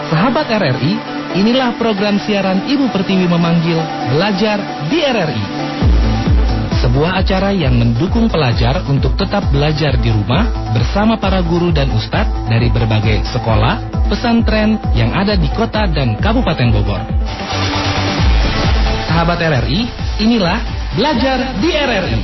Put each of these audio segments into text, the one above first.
Sahabat RRI, inilah program siaran Ibu Pertiwi memanggil Belajar di RRI. Sebuah acara yang mendukung pelajar untuk tetap belajar di rumah bersama para guru dan ustadz dari berbagai sekolah, pesantren yang ada di kota dan Kabupaten Bogor. Sahabat RRI, inilah Belajar di RRI.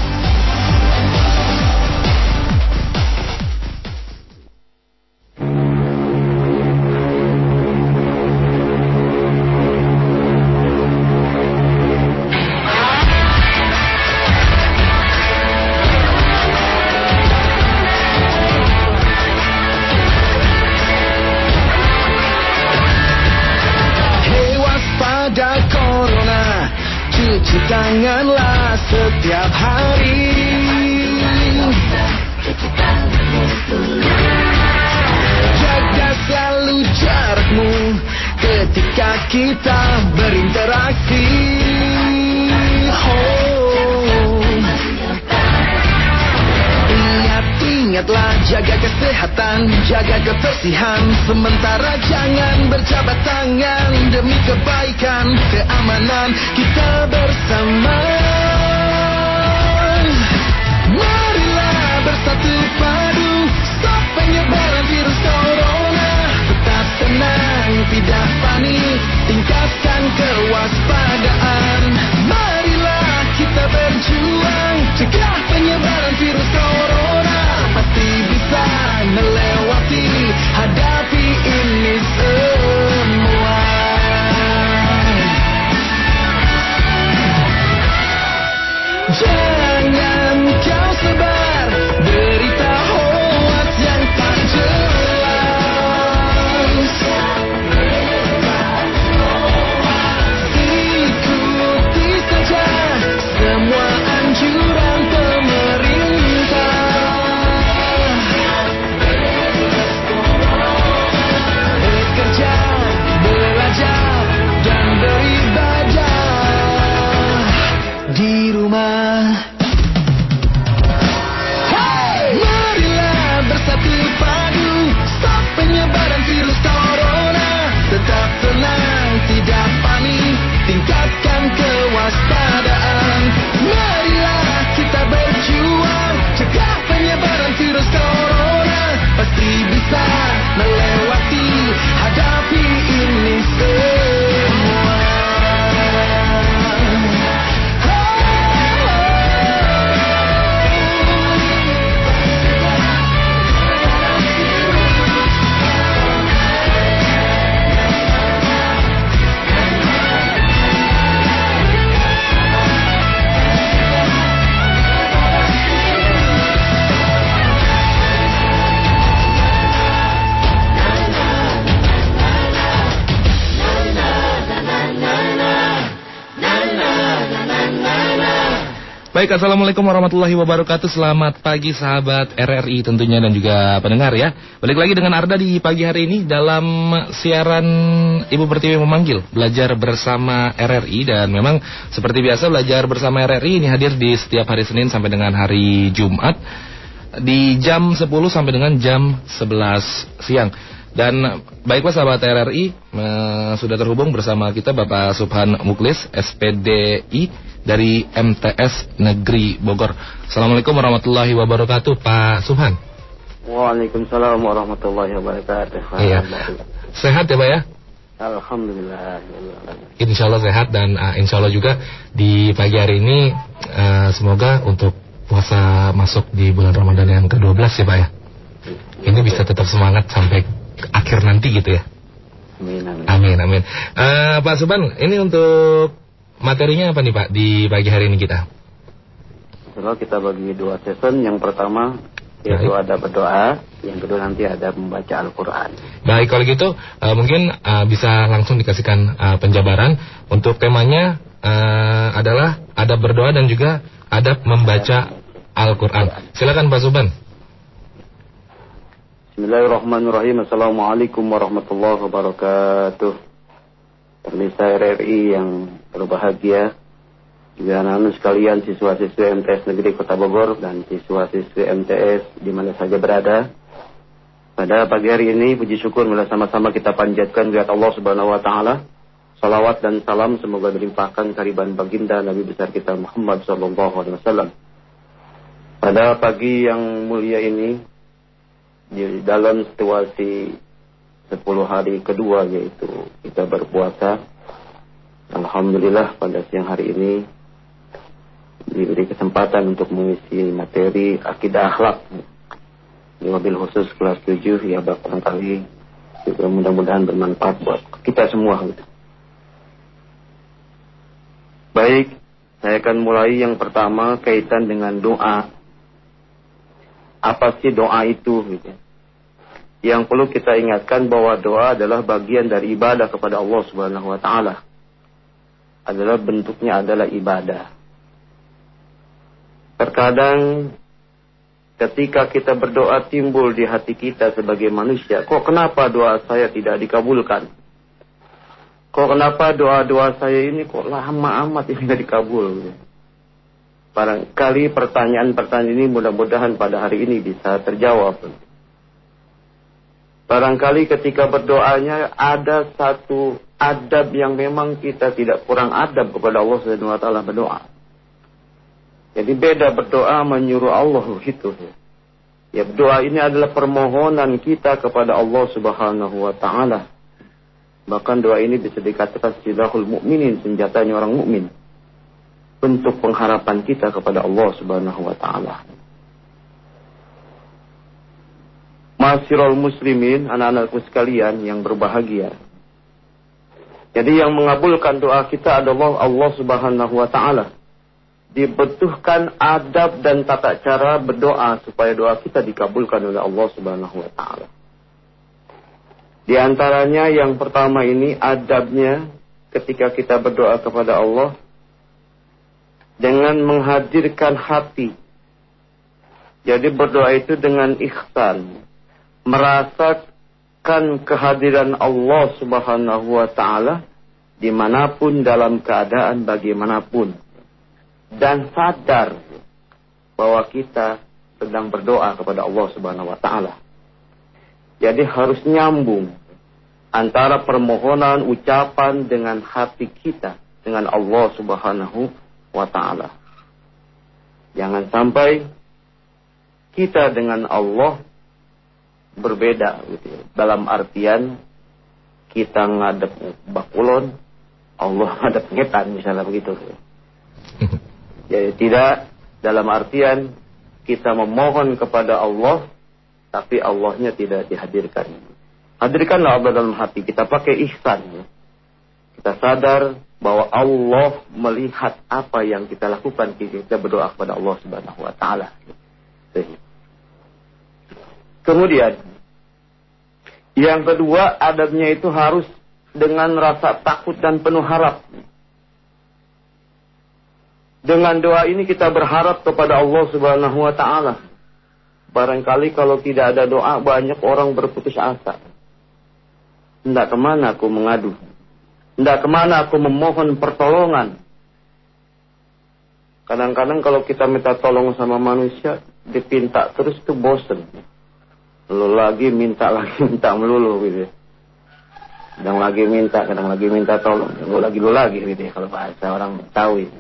Cuci tanganlah setiap hari. Jaga selalu jarakmu ketika kita berinteraksi. Ingatlah jaga kesehatan, jaga kebersihan. Sementara jangan berjabat tangan demi kebaikan, keamanan kita bersama. Marilah bersatu padu, stop penyebaran virus corona. Tetap tenang, tidak panik, tingkatkan kewaspadaan. Marilah kita berjuang, cegah penyebaran virus corona. Pasti bisa melewati, hadapi ini semua. Jangan kau sebar berita hoax yang tak jelas. Ikuti saja semua anjuran pemerintah. Bekerja, belajar, dan beribadah di rumah. Marilah bersatu padu, stop penyebaran virus corona. Tetap tenang, tidak panik, tingkatkan kewaspadaan. Marilah kita berjuang, cegah penyebaran virus corona. Pasti bisa melewati, hadapi ini semua. Baik, Assalamualaikum warahmatullahi wabarakatuh. Selamat pagi sahabat RRI tentunya dan juga pendengar ya. Balik lagi dengan Arda di pagi hari ini dalam siaran Ibu Pertiwi memanggil Belajar bersama RRI. Dan memang seperti biasa Belajar bersama RRI ini hadir di setiap hari Senin sampai dengan hari Jumat di jam 10 sampai dengan jam 11 siang. Dan baiklah sahabat RRI, sudah terhubung bersama kita Bapak Subhan Muklis, SPDI dari MTS Negeri Bogor. Assalamualaikum warahmatullahi wabarakatuh, Pak Subhan. Waalaikumsalam warahmatullahi wabarakatuh. Iya. Sehat ya Pak ya? Alhamdulillah. Insya Allah sehat dan insya Allah juga di pagi hari ini semoga untuk puasa masuk di bulan Ramadan yang ke-12 ya Pak ya. Ini bisa tetap semangat sampai akhir nanti gitu ya. Amin. Pak Subhan, ini untuk materinya apa nih Pak di pagi hari ini kita? Kalau kita bagi dua session, yang pertama yaitu ada berdoa, yang kedua nanti ada membaca Al-Quran. Baik, kalau gitu mungkin bisa langsung dikasihkan penjabaran. Untuk temanya adalah adab berdoa dan juga adab membaca Al-Quran. Silakan Pak Subhan. Bismillahirrahmanirrahim. Assalamualaikum warahmatullahi wabarakatuh. Pemirsa RRI yang berbahagia, juga anak-anak sekalian, siswa-siswi MTS Negeri Kota Bogor dan siswa-siswi MTS di mana saja berada. Pada pagi hari ini puji syukur bila sama-sama kita panjatkan kepada Allah Subhanahu wa taala. Salawat dan salam semoga dilimpahkan kehadiran baginda Nabi besar kita Muhammad sallallahu alaihi wasallam. Pada pagi yang mulia ini di dalam situasi 10 hari kedua yaitu kita berpuasa. Alhamdulillah pada siang hari ini diberi kesempatan untuk mengisi materi akidah akhlak. Di mobil khusus kelas 7 ya barangkali juga mudah-mudahan bermanfaat buat kita semua. Baik, saya akan mulai yang pertama kaitan dengan doa. Apa sih doa itu? Yang perlu kita ingatkan bahwa doa adalah bagian dari ibadah kepada Allah Subhanahu wa taala. Adalah bentuknya adalah ibadah. Terkadang ketika kita berdoa timbul di hati kita sebagai manusia, kok kenapa doa saya tidak dikabulkan? Kok kenapa doa-doa saya ini kok lama amat ini tidak dikabul? Barangkali pertanyaan-pertanyaan ini mudah-mudahan pada hari ini bisa terjawab. Barangkali ketika berdoanya ada satu adab yang memang kita tidak kurang adab kepada Allah Subhanahu wa taala berdoa. Jadi beda berdoa menyuruh Allah itu. Ya, doa ini adalah permohonan kita kepada Allah Subhanahu wa taala. Bahkan doa ini bisa dikatakan silahul mukminin, senjatanya orang mukmin. Bentuk pengharapan kita kepada Allah Subhanahu wa taala. Ma'asyiral muslimin, anak-anakku sekalian yang berbahagia. Jadi yang mengabulkan doa kita adalah Allah Subhanahu wa taala. Dibutuhkan adab dan tata cara berdoa supaya doa kita dikabulkan oleh Allah Subhanahu wa taala. Di antaranya yang pertama ini adabnya ketika kita berdoa kepada Allah dengan menghadirkan hati. Jadi berdoa itu dengan ihsan, merasakan kehadiran Allah Subhanahu wa taala dimanapun dalam keadaan bagaimanapun. Dan sadar bahwa kita sedang berdoa kepada Allah Subhanahu wa taala. Jadi harus nyambung antara permohonan ucapan dengan hati kita dengan Allah Subhanahu wa taala. Jangan sampai kita dengan Allah berbeda gitu. Dalam artian kita ngadep bakulon, Allah ngadep ngetan misalnya begitu. Jadi tidak dalam artian kita memohon kepada Allah, tapi Allahnya tidak dihadirkan. Hadirkanlah Allah dalam hati. Kita pakai ihsan. Kita sadar bahwa Allah melihat apa yang kita lakukan. Kita berdoa kepada Allah Subhanahu wa taala. Kemudian yang kedua adabnya itu harus dengan rasa takut dan penuh harap. Dengan doa ini kita berharap kepada Allah Subhanahu wa taala. Barangkali kalau tidak ada doa banyak orang berputus asa. Hendak kemana aku mengadu? Hendak kemana aku memohon pertolongan? Kadang-kadang kalau kita minta tolong sama manusia, dipinta terus tuh bosen. Lalu lagi minta melulu gitu. Kadang lagi minta tolong. Lu lagi gitu ya, kalau bahasa orang tahu itu.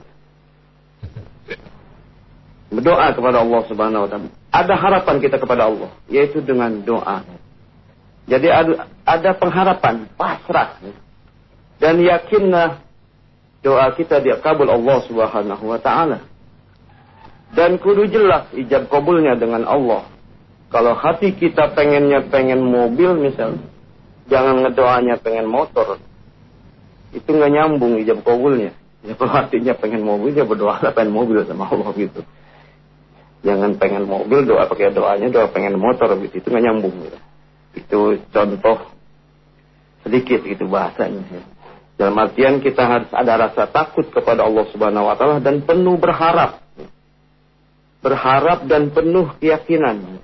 Berdoa kepada Allah Subhanahu wa taala. Ada harapan kita kepada Allah, yaitu dengan doa. Jadi ada pengharapan, pasrah. Dan yakinlah doa kita dikabul Allah Subhanahu wa taala. Dan kudu jelas ijab kabulnya dengan Allah. Kalau hati kita pengen mobil misal, jangan ngedoanya pengen motor. Itu nggak nyambung ijab kabulnya. Ya kalau hatinya pengen mobil, ya berdoa pengen mobil sama Allah gitu. Jangan pengen mobil, doa pakai doanya, doa pengen motor gitu. Itu nggak nyambung gitu. Itu contoh sedikit gitu bahasanya. Dalam artian kita harus ada rasa takut kepada Allah Subhanahu wa taala dan penuh berharap. Berharap dan penuh keyakinan.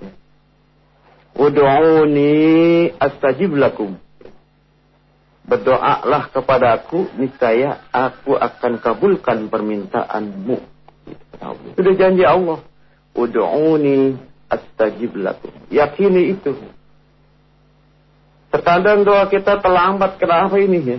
Ud'uni astajib lakum. Berdoalah kepadaku, niscaya aku akan kabulkan permintaanmu. Itu sudah janji Allah. Ud'uni astajib lakum. Yakini itu. Terkadang doa kita terlambat, kenapa ini ya?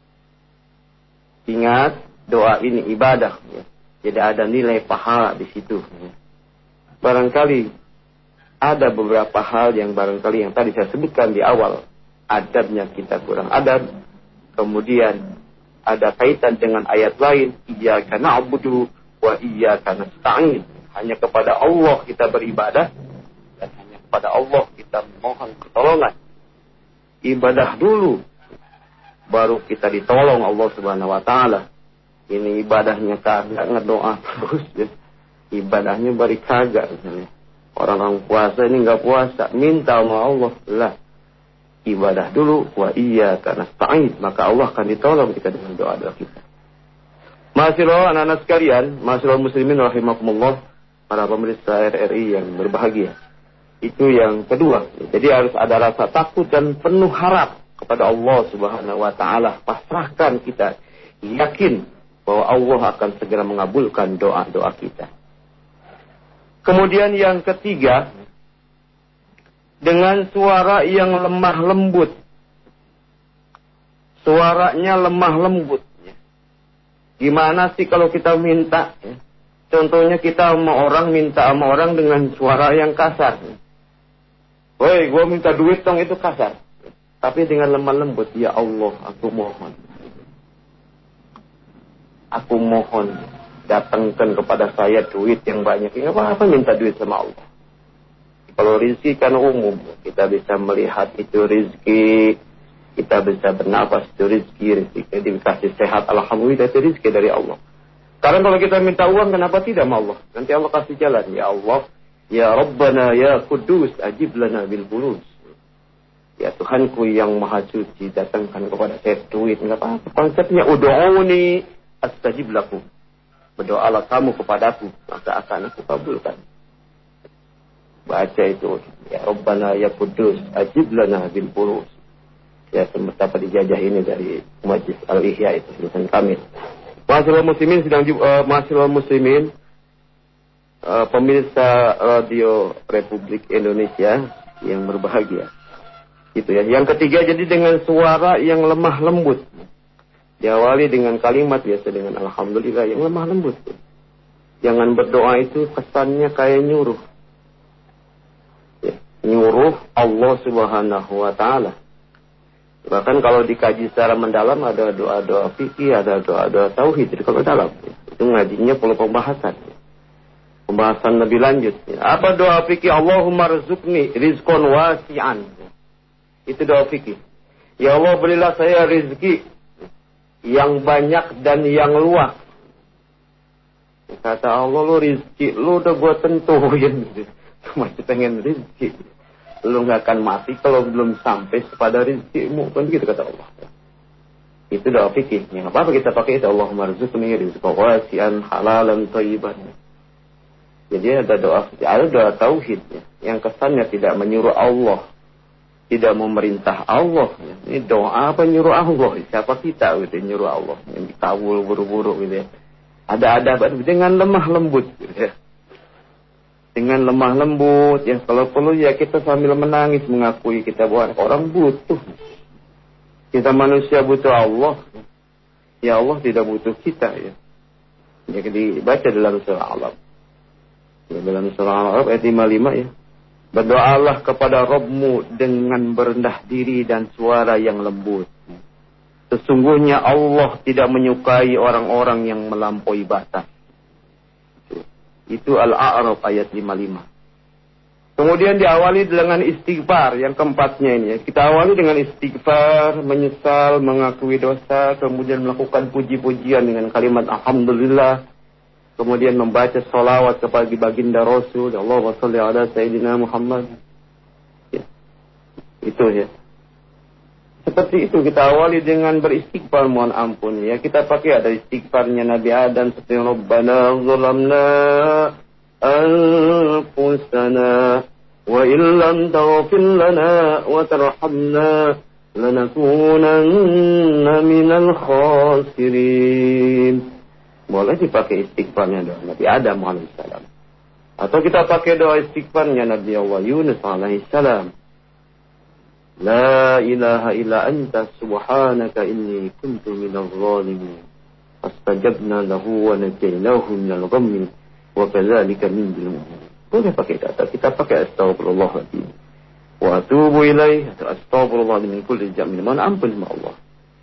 Ingat, doa ini ibadah ya. Jadi ada nilai pahala di situ ya. Barangkali ada beberapa hal yang barangkali yang tadi saya sebutkan di awal, adabnya kita kurang adab. Kemudian ada kaitan dengan ayat lain, iyyaka na'budu wa iyyaka nasta'in. Hanya kepada Allah kita beribadah dan hanya kepada Allah kita memohon pertolongan. Ibadah dulu, baru kita ditolong Allah Subhanahu wa taala. Ini ibadahnya kagak ngedoa terus ya. Ibadahnya bari kagak misalnya. Orang puasa ini enggak puasa, minta sama Allah lah. Ibadah dulu, wa iyyaka nasta'in, maka Allah akan ditolong kita dengan doa-doa kita. Ma'asyiral anak-anak sekalian, ma'asyiral muslimin rahimakumullah, para pemirsa RRI yang berbahagia. Itu yang kedua. Jadi harus ada rasa takut dan penuh harap kepada Allah Subhanahu wa taala. Pasrahkan kita, yakin bahwa Allah akan segera mengabulkan doa-doa kita. Kemudian yang ketiga, dengan suara yang lemah lembut. Suaranya lemah lembut. Gimana sih kalau kita minta? Contohnya kita minta sama orang dengan suara yang kasar. Woi, gue minta duit dong, itu kasar. Tapi dengan lemah lembut, ya Allah, aku mohon. Aku mohon, datangkan kepada saya duit yang banyak. Enggak apa-apa minta duit sama Allah. Kalau rezeki kan umum, kita bisa melihat itu rezeki, kita bisa bernafas itu rezeki dikasih sehat, alhamdulillah itu rezeki dari Allah. Karena kalau kita minta uang, kenapa tidak sama Allah? Nanti Allah kasih jalan, ya Allah. Ya Rabbana ya Kudus ajib lana bil bulus. Ya Tuhanku yang maha suci, datangkan kepada saya duit. Enggak apa-apa. Konsepnya ud'uni astajib lakum. Berdoalah kamu kepadaku, maka akan aku kabulkan. Baca itu. Ya Rabbana ya Kudus ajib lana bil bulus. Ya semesta dijajah ini dari Majlis Al-Ihya itu tulisan kami. Ma'asyiral muslimin ma'asyiral muslimin, pemirsa Radio Republik Indonesia yang berbahagia. Gitu ya. Yang ketiga, jadi dengan suara yang lemah lembut. Diawali dengan kalimat biasa dengan alhamdulillah yang lemah lembut. Jangan berdoa itu kesannya kayak nyuruh. Ya, nyuruh Allah Subhanahu wa taala. Bahkan kalau dikaji secara mendalam ada doa-doa fikih, ada doa-doa tauhid. Jadi kalau dalam itu ngajinya perlu pembahasan. Pembahasan lebih lanjut. Apa doa fikih? Allahumma rizqni rizqan wasi'an. Itu doa fikih. Ya Allah, berilah saya rezeki yang banyak dan yang luas. Kata Allah, lu rezeki lu udah gua tentuin. Masih pengen rezeki. Lu nggak akan mati kalau belum sampai kepada rezekimu. Kan begitu kata Allah. Itu doa fikih. Yang apa kita pakai itu? Allahumma rizqni rizqan wasi'an halalan thayyiban. Jadi ada doa tauhid ya, yang kesannya tidak menyuruh Allah, tidak memerintah Allah. Ya. Ini doa apa nyuruh Allah? Siapa kita gitu nyuruh Allah? Yang ditawul buru-buru gitu ya. Ada dengan lemah lembut gitu ya. Dengan lemah lembut ya, kalau perlu ya kita sambil menangis mengakui kita bukan orang butuh. Kita manusia butuh Allah. Ya Allah tidak butuh kita ya. Jadi dibaca dalam surah Al-Alaq. Ya, dalam surah Al-Araf ayat 55 ya. Berdoalah kepada Rabbmu dengan berendah diri dan suara yang lembut. Sesungguhnya Allah tidak menyukai orang-orang yang melampaui batas. Itu Al-A'raf ayat 55. Kemudian diawali dengan istighfar yang keempatnya ini ya. Kita awali dengan istighfar, menyesal, mengakui dosa, kemudian melakukan puji-pujian dengan kalimat alhamdulillah. Kemudian membaca salawat kepada baginda Rasul, Allahumma shalli ala Sayyidina Muhammad. Ya. Itu ya. Seperti itu kita awali dengan beristighfar, mohon ampun ya. Kita pakai ada istighfarnya Nabi Adam seperti Rabbana zalamna anfusana wa illam taghfir lana wa tarhamna lanakunanna minal khasirin. Boleh dipakai istighfarnya doa Nabi Adam alaihissalam. Atau kita pakai doa istighfarnya Nabi Allah Yunus alaihissalam. La ilaha illa anta subhanaka inni kuntu minadh dhalimin. Fastajabna lahu wa najaynahu minal ghammi wa kadzalika nunjil mu'minin. Boleh pakai kata, kita pakai astagfirullahaladzim wa atubu ilaih, astagfirullah min kulli dzambin. Mohon ampun sama Allah.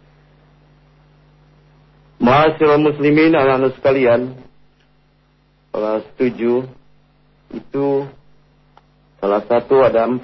Ma'asyiral muslimin, anak-anak sekalian, kalau setuju itu salah satu ada 4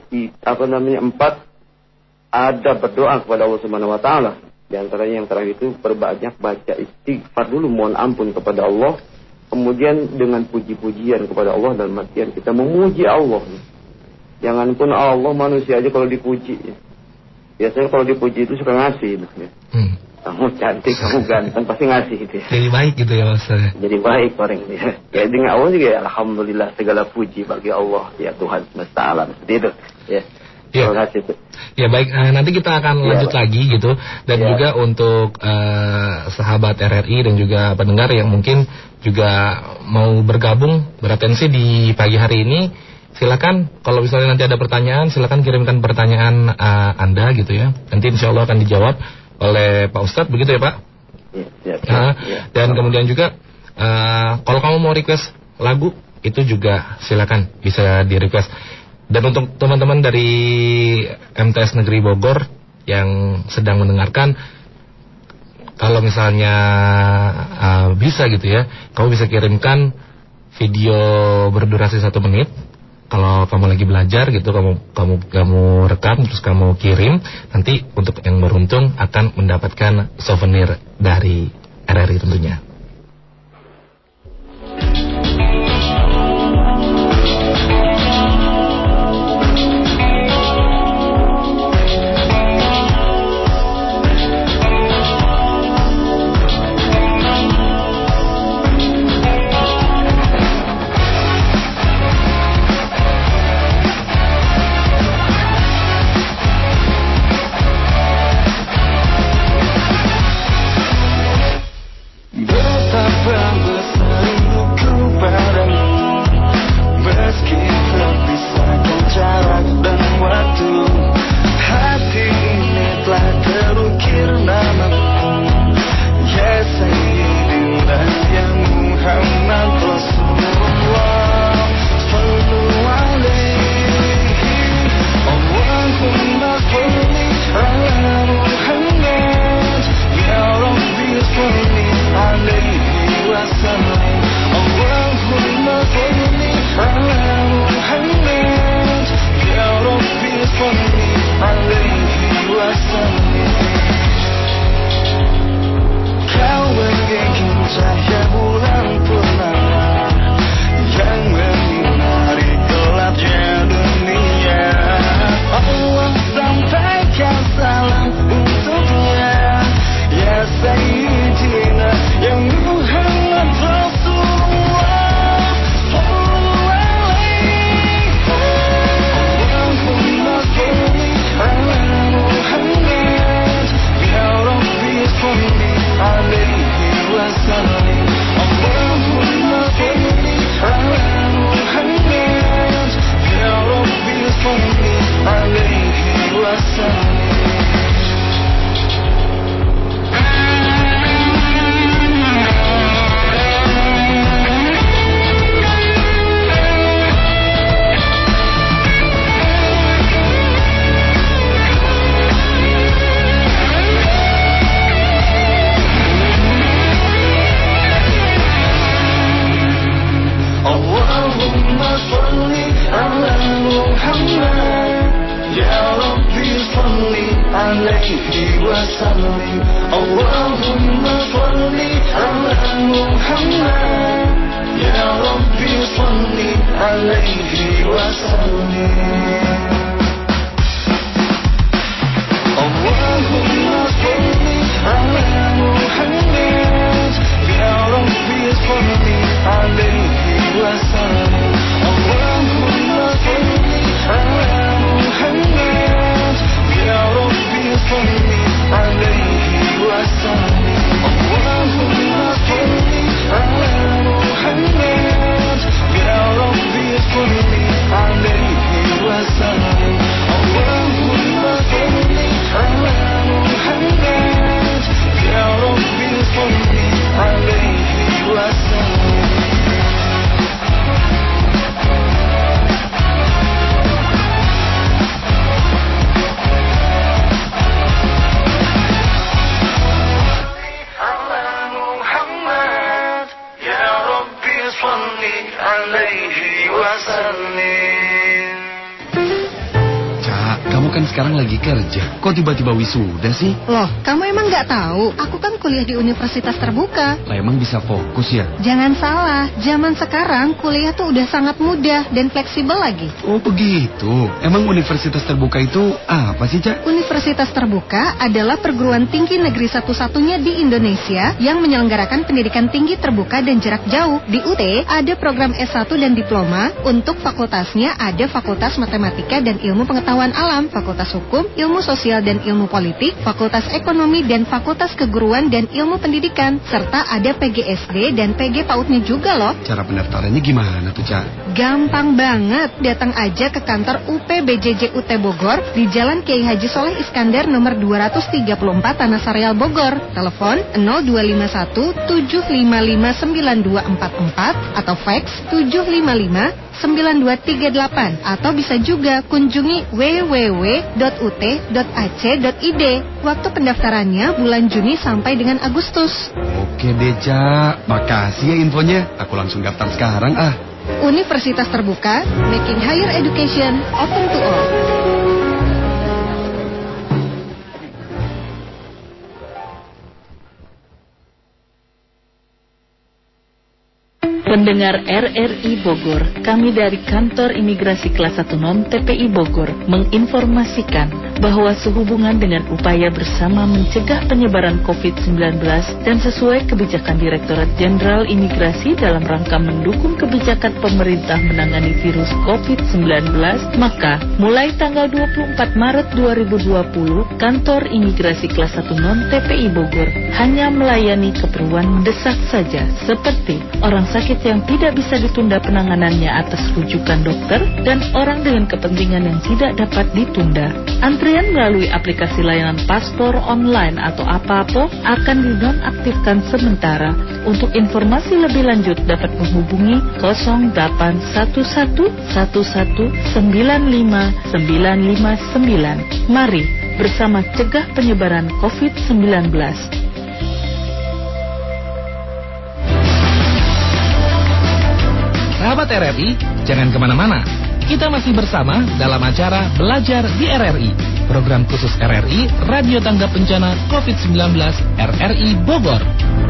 ada berdoa kepada Allah Subhanahu wa taala. Di antaranya yang terakhir itu perbanyak baca istighfar dulu, mohon ampun kepada Allah. Kemudian dengan puji-pujian kepada Allah dalam artian kita memuji Allah. Jangan pun Allah, manusia aja kalau dipuji. Biasanya kalau dipuji itu suka ngasih. Kamu cantik, kamu ganteng, pasti ngasih gitu ya. Jadi baik gitu ya maksudnya. Jadi baik orang ya. Ya dengan Allah juga ya, alhamdulillah segala puji bagi Allah ya Tuhan semesta alam. Seperti itu ya. Terima kasih. Ya baik, nanti kita akan lanjut lagi gitu. Dan juga untuk sahabat RRI dan juga pendengar yang mungkin juga mau bergabung, beratensi di pagi hari ini, silakan kalau misalnya nanti ada pertanyaan, silakan kirimkan pertanyaan Anda gitu ya. Nanti insya Allah akan dijawab oleh Pak Ustadz, begitu ya Pak? Dan kemudian juga kalau kamu mau request lagu, itu juga silakan bisa di request. Dan untuk teman-teman dari MTS Negeri Bogor yang sedang mendengarkan, kalau misalnya bisa gitu ya, kamu bisa kirimkan video berdurasi 1 menit. Kalau kamu lagi belajar gitu, kamu rekam terus kamu kirim, nanti untuk yang beruntung akan mendapatkan souvenir dari RRI tentunya. Was kamu kan sekarang lagi kerja. Kok tiba-tiba wisuda sih? Loh, kamu emang nggak tahu? Aku kan kuliah di universitas terbuka. Lah emang bisa fokus ya? Jangan salah, zaman sekarang kuliah tuh udah sangat mudah dan fleksibel lagi. Oh begitu. Emang universitas terbuka itu apa sih, Cak? Universitas terbuka adalah perguruan tinggi negeri satu-satunya di Indonesia yang menyelenggarakan pendidikan tinggi terbuka dan jarak jauh. Di UT ada program S1 dan diploma. Untuk fakultasnya ada Fakultas Matematika dan Ilmu Pengetahuan Alam, Fakultas Hukum, Ilmu Sosial dan Ilmu Politik, Fakultas Ekonomi dan Fakultas Keguruan dan Ilmu Pendidikan, serta ada PGSD dan PG PAUD-nya juga loh. Cara pendaftarannya gimana tuh, Cak? Gampang banget, datang aja ke kantor UPBJJ UT Bogor di Jalan Kiai Haji Soleh Iskandar nomor 234 Tanah Sareal Bogor. Telepon 0251 755 9244 atau fax 755 9238 atau bisa juga kunjungi www.ut.ac.id. Waktu pendaftarannya bulan Juni sampai dengan Agustus. Oke deh, Cak. Makasih ya infonya. Aku langsung daftar sekarang ah. Universitas Terbuka, making higher education open to all. Pendengar RRI Bogor, kami dari Kantor Imigrasi Kelas 1 Non TPI Bogor menginformasikan bahwa sehubungan dengan upaya bersama mencegah penyebaran COVID-19 dan sesuai kebijakan Direktorat Jenderal Imigrasi dalam rangka mendukung kebijakan pemerintah menangani virus COVID-19, maka mulai tanggal 24 Maret 2020, Kantor Imigrasi Kelas 1 Non TPI Bogor hanya melayani keperluan mendesak saja, seperti orang sakit yang tidak bisa ditunda penanganannya atas rujukan dokter dan orang dengan kepentingan yang tidak dapat ditunda. Antrian melalui aplikasi layanan paspor online atau APAPO akan dinonaktifkan sementara. Untuk informasi lebih lanjut dapat menghubungi 0811119599. Mari bersama cegah penyebaran COVID-19. Sahabat RRI, jangan kemana-mana. Kita masih bersama dalam acara Belajar di RRI, program khusus RRI, Radio Tanggap Bencana COVID-19 RRI Bogor.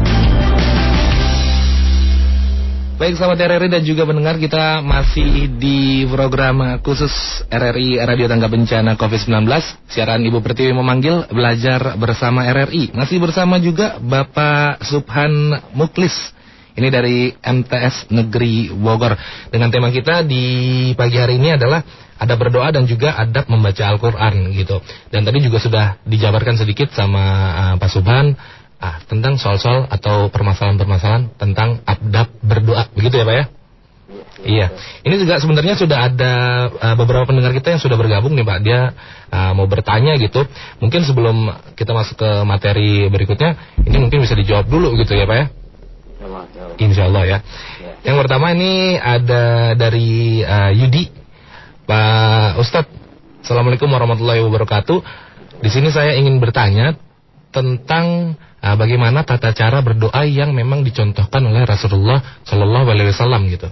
Baik sahabat RRI dan juga pendengar, kita masih di program khusus RRI Radio Tanggap Bencana COVID-19. Siaran Ibu Pertiwi memanggil Belajar bersama RRI. Masih bersama juga Bapak Subhan Muklis. Ini dari MTS Negeri Bogor. Dengan tema kita di pagi hari ini adalah ada berdoa dan juga adab membaca Al-Quran gitu. Dan tadi juga sudah dijabarkan sedikit sama Pak Subhan tentang soal-soal atau permasalahan-permasalahan tentang adab berdoa. Begitu ya Pak ya? Iya. Ini juga sebenarnya sudah ada beberapa pendengar kita yang sudah bergabung nih Pak. Dia mau bertanya gitu. Mungkin sebelum kita masuk ke materi berikutnya, ini mungkin bisa dijawab dulu gitu ya Pak ya? Insya Allah ya. Yang pertama ini ada dari Yudi. Pak Ustadz, Assalamualaikum warahmatullahi wabarakatuh. Di sini saya ingin bertanya tentang bagaimana tata cara berdoa yang memang dicontohkan oleh Rasulullah Shallallahu Alaihi Wasallam gitu.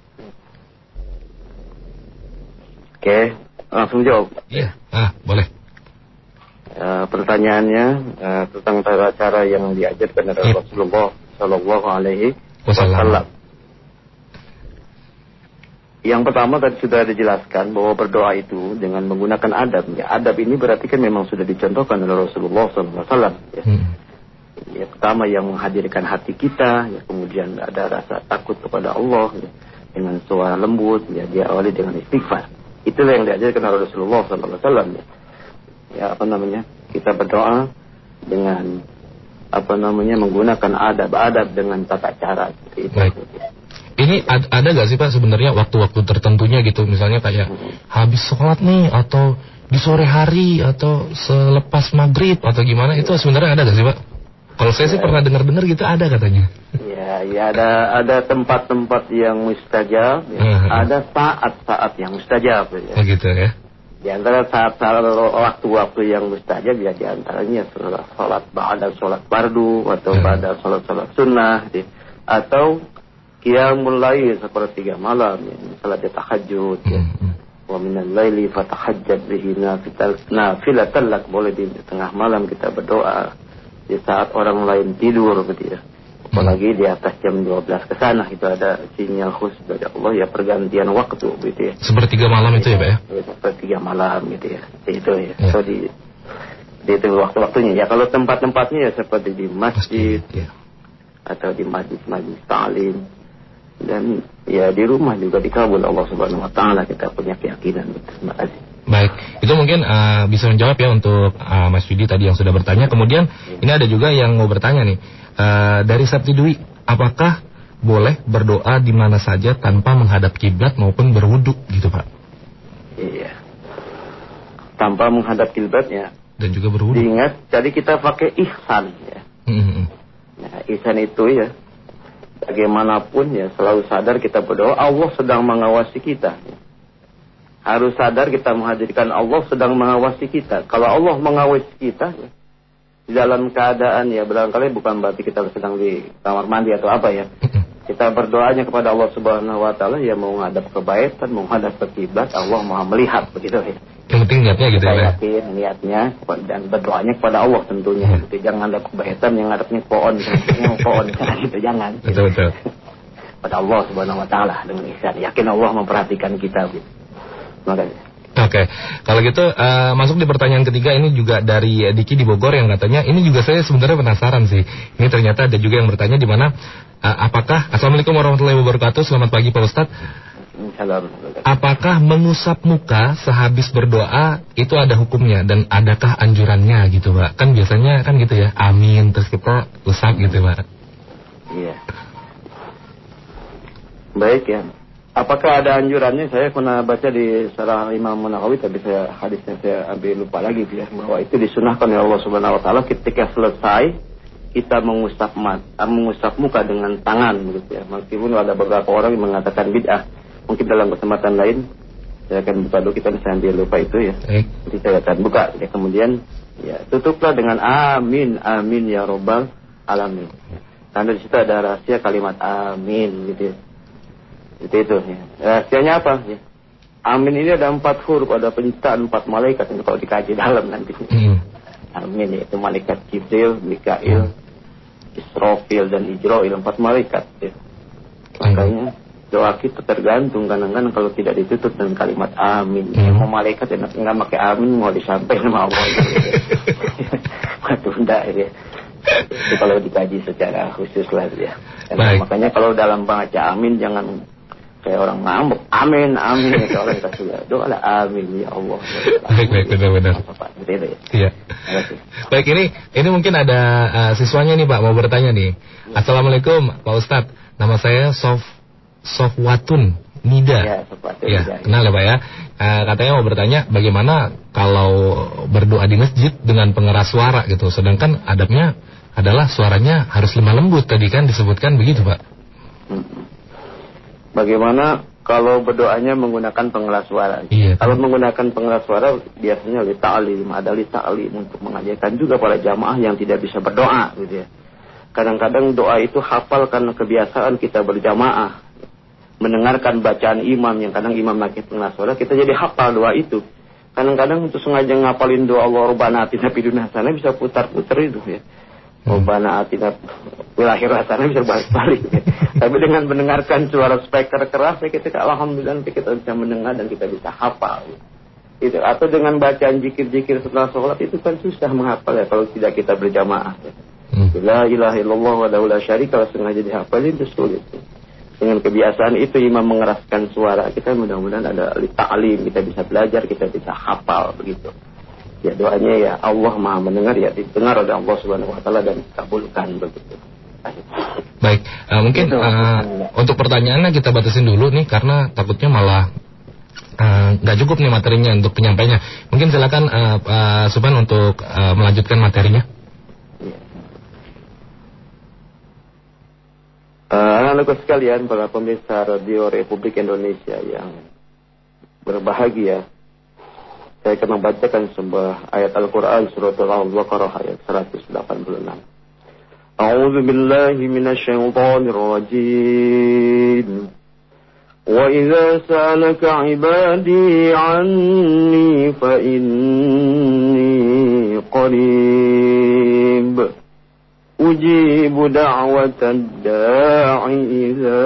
Oke, langsung jawab. Iya, boleh. Pertanyaannya tentang tata cara yang diajarkan oleh Rasulullah Sallallahu Alaihi Wasallam. Yang pertama tadi sudah dijelaskan bahwa berdoa itu dengan menggunakan adab. Ya, adab ini berarti kan memang sudah dicontohkan oleh Rasulullah Sallallahu Alaihi Wasallam. Ya, pertama yang menghadirkan hati kita, ya, kemudian ada rasa takut kepada Allah, ya, dengan suara lembut, ya, diawali dengan istighfar. Itulah yang diajarkan oleh Rasulullah Sallallahu Alaihi Wasallam. Ya, kita berdoa dengan menggunakan adab dengan tata cara seperti itu. Baik. Ini ada gak sih Pak sebenarnya waktu-waktu tertentunya gitu, misalnya kayak habis sholat nih, atau di sore hari, atau selepas maghrib, atau gimana, itu sebenarnya ada gak sih Pak? Kalau saya sih pernah dengar-dengar gitu ada katanya. Ya ada tempat-tempat yang mustajab, ya. Ada saat-saat yang mustajab. Ya. Oh gitu ya. Di antara saat-saat waktu-waktu yang mustajab ya di antaranya salat ba'da salat fardu atau ba'da salat sunnah atau qiyamul lail sepertiga malam ya, salat tahajud ya. Wa minal laili fatahajjad bihi nafilatan lak, boleh di tengah malam kita berdoa di saat orang lain tidur gitu ya. Apalagi di atas jam 12 ke sana itu ada sinyal khusus dari Allah ya, pergantian waktu gitu ya. Sepertiga malam itu ya Pak ya? Sepertiga malam gitu ya. Itu ya. So di itu waktu-waktunya ya. Kalau tempat-tempatnya ya seperti di masjid ya. Atau di majlis ta'lim, dan ya di rumah juga dikabul Allah Subhanahu wa taala, kita punya keyakinan. Terima kasih. Baik, itu mungkin bisa menjawab ya untuk Mas Yudi tadi yang sudah bertanya. Kemudian ini ada juga yang mau bertanya nih, dari Sabti Dwi, apakah boleh berdoa di mana saja tanpa menghadap kiblat maupun berwudu gitu Pak? Iya, tanpa menghadap kiblatnya. Dan juga berwudu. Ingat, jadi kita pakai ihsan ya. Nah, ihsan itu ya, bagaimanapun ya selalu sadar kita berdoa, Allah sedang mengawasi kita. Harus sadar kita menghadirkan Allah sedang mengawasi kita. Kalau Allah mengawasi kita ya, dalam keadaan ya barangkali bukan berarti kita sedang di kamar mandi atau apa ya. Kita berdoanya kepada Allah Subhanahu wa taala ya, mau menghadap ke baitan, mau menghadap ke kiblat, Allah Maha melihat begitu ya. Yang penting niatnya gitu ya. Yakin niatnya dan berdoanya kepada Allah tentunya. Gitu. Jangan ada kebaikan yang ngadepnya pohon, gitu jangan. Betul. Pada Allah Subhanahu wa taala dengan ihsan. Yakin Allah memperhatikan kita gitu. Makanya. Oke, kalau gitu masuk di pertanyaan ketiga, ini juga dari Diki di Bogor yang katanya, ini juga saya sebenarnya penasaran sih. Ini ternyata ada juga yang bertanya di mana apakah, Assalamualaikum warahmatullahi wabarakatuh, selamat pagi Pak Ustadz. Apakah mengusap muka sehabis berdoa itu ada hukumnya dan adakah anjurannya gitu Pak? Kan biasanya kan gitu ya, amin terus kita usap gitu Pak. Iya. Baik ya. Apakah ada anjurannya? Saya pernah baca di Syarah Imam Nawawi, tapi hadisnya saya ambil lupa lagi ya, bahwa itu disunahkan oleh Allah Subhanahu wa taala ketika selesai kita mengusap muka dengan tangan begitu ya. Meskipun ada beberapa orang yang mengatakan bid'ah. Mungkin dalam kesempatan lain saya akan buka dulu, kita bisa ambil lupa itu ya. Jadi saya akan buka ya, kemudian ya tutuplah dengan amin ya robbal alamin. Karena di situ ada rahasia kalimat amin gitu ya. Itu ya. Rahasianya apa ya? Amin ini ada 4 huruf, ada penciptaan 4 malaikat yang kalau dikaji dalam nanti. Amin yaitu malaikat Jibril, Mikail, Israfil dan Ijrail, 4 malaikat ya. Makanya doa kita tergantung kadang-kadang kalau tidak ditutup dengan kalimat amin. Mau malaikat yang nggak pakai amin mau disampaikan sama Allah. Tunda ya. Itu kalau dikaji secara khusus lah ya. Makanya kalau dalam baca amin jangan kayak orang ngambek amin ya, orang kasih doa lah amin ya Allah. Baik benar. Iya. Baik, ini mungkin ada siswanya nih Pak mau bertanya nih. Assalamualaikum Pak Ustadz, nama saya Sofwatun Nida. Ya, kenal ya Pak ya. Katanya mau bertanya bagaimana kalau berdoa di masjid dengan pengeras suara gitu, sedangkan adabnya adalah suaranya harus lemah lembut, tadi kan disebutkan begitu Pak. Bagaimana kalau berdoanya menggunakan pengeras suara? Iya. Kalau menggunakan pengeras suara biasanya li ta'lim untuk mengajarkan juga para jamaah yang tidak bisa berdoa gitu ya. Kadang-kadang doa itu hafal karena kebiasaan kita berjamaah, mendengarkan bacaan imam yang kadang imam pakai pengeras suara, kita jadi hafal doa itu. Kadang-kadang itu sengaja ngapalin doa Allah Rabbana atina fid dunya hasanah bisa putar-putar itu ya. Rabbana atina fil akhirati hasanah bisa balik. Ya. Tapi dengan mendengarkan suara speaker keras ya kita alhamdulillah kita bisa mendengar dan kita bisa hafal. Itu atau dengan bacaan zikir-zikir setelah sholat itu kan susah menghafal ya kalau tidak kita berjamaah. Ya. La ilaha illallah wa la syarika lahu, sengaja dihafalin itu sulit. Dengan kebiasaan itu imam mengeraskan suara kita, mudah-mudahan ada ta'lim, kita bisa belajar, kita bisa hafal begitu. Ya doanya ya Allah Maha mendengar, ya didengar oleh Allah Subhanahu wa taala dan dikabulkan begitu. Baik, mungkin untuk pertanyaannya kita batasin dulu nih karena takutnya malah nggak cukup nih materinya untuk penyampainya. Mungkin silakan Pak Suban untuk melanjutkan materinya. Anak-anak sekalian, para pemirsa Radio Republik Indonesia yang berbahagia, saya akan membacakan sebuah ayat Al-Quran surat Al-Baqarah ayat 186. A'udzu billahi minasyaitonir rajim. وَإِذَا سَأَلَكَ عِبَادِي عَنِّي فَإِنِّي قَرِيبٌ أُجِيبُ دَعْوَةَ الدَّاعِ إِذَا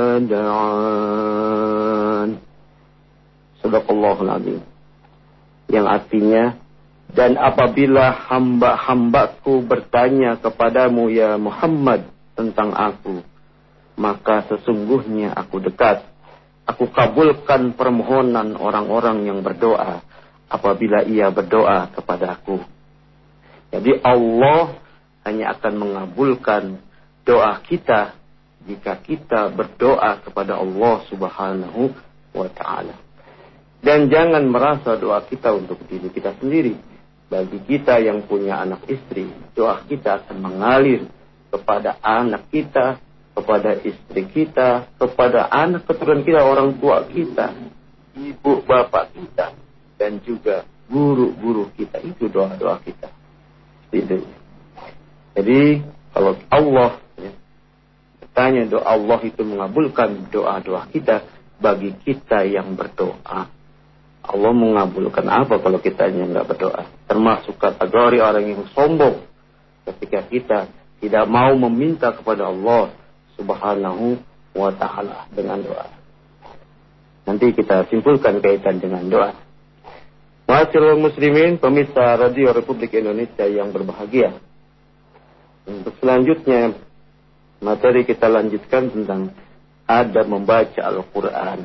دَعَانِ. Sadaqallahul Azim. Yang artinya, dan apabila hamba-hambaku bertanya kepadamu ya Muhammad tentang aku, maka sesungguhnya aku dekat. Aku kabulkan permohonan orang-orang yang berdoa apabila ia berdoa kepadaku. Jadi Allah hanya akan mengabulkan doa kita jika kita berdoa kepada Allah Subhanahu wa ta'ala. Dan jangan merasa doa kita untuk diri kita sendiri. Bagi kita yang punya anak istri, doa kita akan mengalir kepada anak kita, kepada istri kita, kepada anak keturunan kita, orang tua kita, ibu bapak kita, dan juga guru-guru kita. Itu doa-doa kita. Itu. Jadi kalau Allah bertanya, doa Allah itu mengabulkan doa-doa kita bagi kita yang berdoa. Allah mengabulkan apa kalau kita yang nggak berdoa? Termasuk kategori orang yang sombong ketika kita tidak mau meminta kepada Allah Subhanahu wa ta'ala dengan doa. Nanti kita simpulkan kaitan dengan doa. Ma'asyiral muslimin, pemirsa Radio Republik Indonesia yang berbahagia. Untuk selanjutnya, materi kita lanjutkan tentang adab membaca Al-Quran.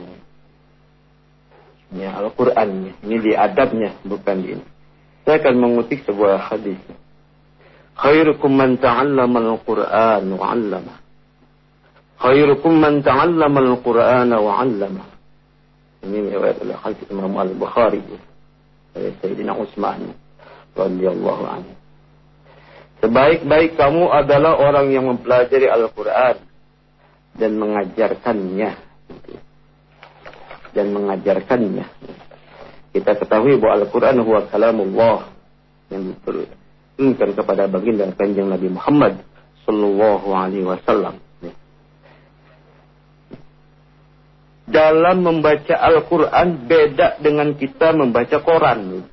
Ya, Al-Quran. Ini di adabnya, bukan di ini. Saya akan mengutip sebuah hadis. Khairukum man ta'allama Al-Quran wa 'allama. Khairukum man ta'allama Al-Quran wa 'allama. Ini riwayat al-Hadits Imam Al-Bukhari dari Sayyidina Utsman radhiyallahu anhu. Sebaik-baik kamu adalah orang yang mempelajari Al-Quran dan mengajarkannya. Kita ketahui bahwa Al-Quran huwa kalamullah yang diturunkan kepada baginda Kanjeng Nabi Muhammad sallallahu alaihi wasallam. Dalam membaca Al-Quran beda dengan kita membaca koran.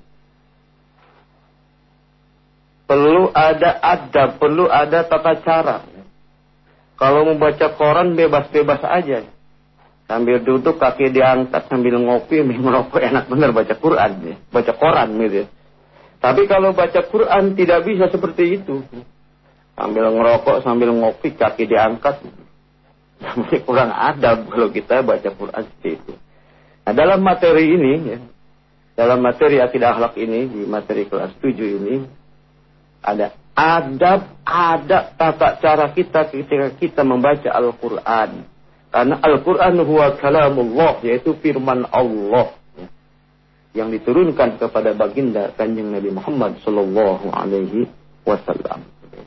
Perlu ada adab, perlu ada tata cara. Kalau membaca koran bebas-bebas aja. Sambil duduk kaki diangkat sambil ngopi, merokok, enak benar baca Quran. Baca koran gitu. Tapi kalau baca Quran tidak bisa seperti itu. Sambil ngerokok, sambil ngopi, kaki diangkat. Kurang adab kalau kita baca Quran seperti itu. Nah, dalam materi ini, ya, dalam materi akidah akhlak ini, di materi kelas 7 ini, ada adab, ada tata cara kita ketika kita membaca Al-Quran. Karena Al-Quran huwa kalamullah, yaitu firman Allah, ya, yang diturunkan kepada baginda Kanjeng Nabi Muhammad sallallahu alaihi wasallam.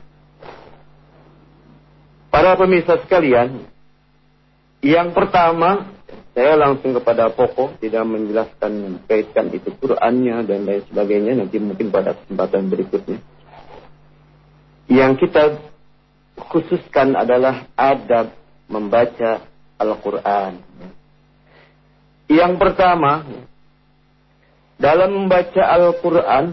Para pemirsa sekalian, yang pertama, saya langsung kepada pokok, tidak menjelaskan kaitkan itu Qur'annya dan lain sebagainya, nanti mungkin pada kesempatan berikutnya. Yang kita khususkan adalah adab membaca Al-Quran. Yang pertama, dalam membaca Al-Quran,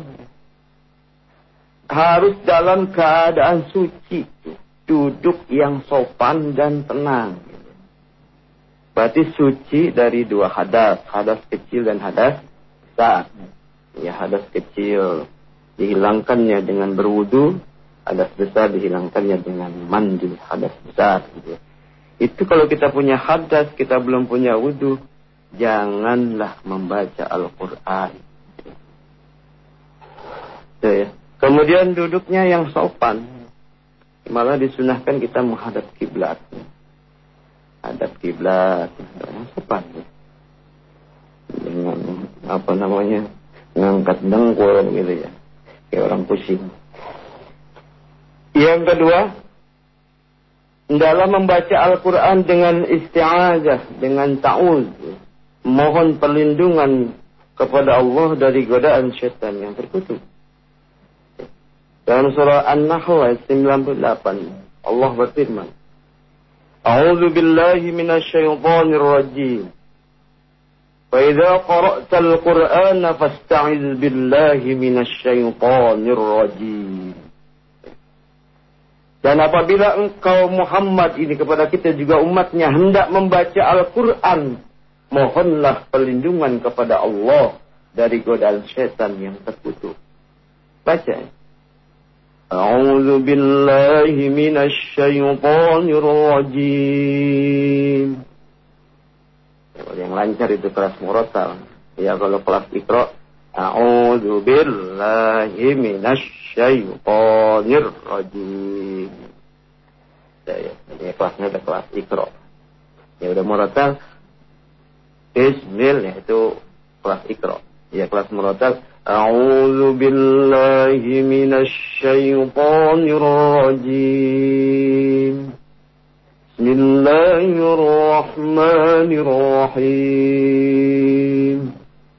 harus dalam keadaan suci, duduk yang sopan dan tenang. Berarti suci dari dua hadas, hadas kecil dan hadas besar. Ya, hadas kecil dihilangkannya dengan berwudu, hadas besar dihilangkannya dengan mandi hadas besar. Gitu. Itu kalau kita punya hadas, kita belum punya wudu, janganlah membaca Al-Quran. Ya. Kemudian duduknya yang sopan, malah disunahkan kita menghadap kiblat. Hadap kiblat, sopan. Dengan ngangkat dengkul gitu ya, kayak orang pusing. Yang kedua, dalam membaca Al-Quran dengan isti'azah, dengan ta'uz, mohon perlindungan kepada Allah dari godaan syaitan yang terkutuk. Dalam surah An-Nahl ayat 98, Allah berfirman, A'udzu billahi minasyaitonir rajim. Fa idza qara'tal Qur'ana fasta'iz billahi minasyaitonir rajim. Dan apabila engkau Muhammad ini kepada kita juga umatnya hendak membaca Al-Quran, mohonlah perlindungan kepada Allah dari godaan syaitan yang terkutuk. Baca. A'udzu billahi minasy syaithanir rajim. Kalau yang lancar itu kelas murattal. Ya kalau kelas Iqra, a'udzu billahi minasy syaitanir rajim. Ya, ini kelasnya udah kelas Iqra. Ya udah murattal. Bismillah itu kelas Iqra. Ya kelas murattal. A'udzu billahi minasy syaitanir rajim. Bismillahirrahmanirrahim.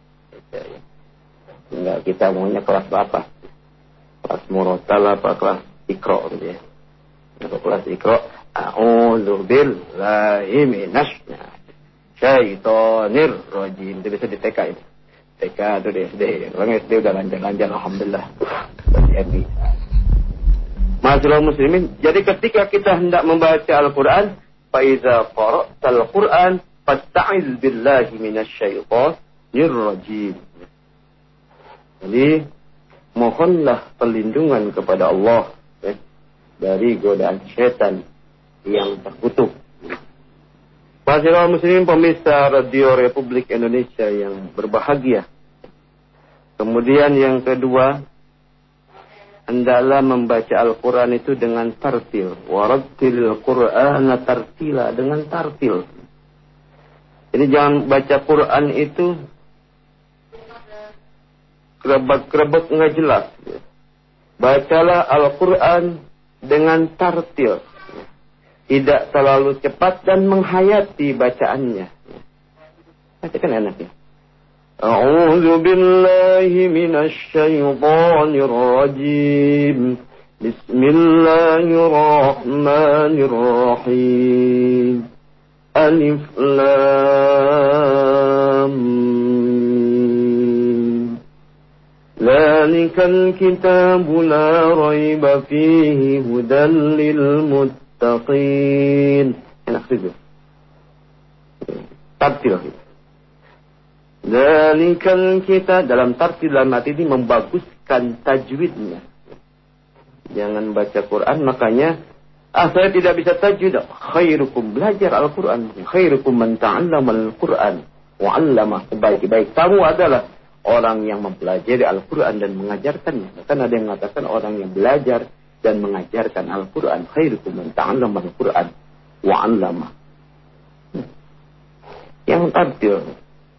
Enggak, kita maunya kelas apa? Kelas murattal apa kelas Iqra gitu ya. Untuk kelas Iqra, a'udzu billahi minasy syaitonir rajim. Itu bisa di TK itu. TK atau di SD. Orang SD udah lancar-lancar, alhamdulillah. Bagi Masyaallah muslimin, jadi ketika kita hendak membaca Al-Quran, fa iza qara'tal Quran fasta'iz billahi minasyaitonir rajim. Jadi mohonlah perlindungan kepada Allah dari godaan syaitan yang terkutuk. Masyaallah muslimin, pemirsa Radio Republik Indonesia yang berbahagia. Kemudian yang kedua, hendaklah membaca Al-Quran itu dengan tartil. Warattilil Qur'ana tartila, dengan tartil. Jadi jangan baca Quran itu kerebek nggak jelas. Bacalah Al-Quran dengan tartil. Tidak terlalu cepat dan menghayati bacaannya. Bacakan enaknya. A'udzu billahi minasy syaithanir rajim. Bismillahirrahmanirrahim. Alif lam mim. Dzalikal kitabu la raiba fihi hudan lil muttaqin. Enak juga. Tartil gitu. Dzalikal kitab, dalam tartil dalam arti ini membaguskan tajwidnya. Jangan baca Quran makanya saya tidak bisa tajwid. Khairukum, belajar Al-Quran. Khairukum man ta'allama Al-Quran wa 'allama. Sebaik-baik kamu adalah orang yang mempelajari Al-Quran dan mengajarkannya. Bahkan ada yang mengatakan orang yang belajar dan mengajarkan Al-Quran. Khairukum man ta'allama Al-Quran wa 'allama. Yang tartil.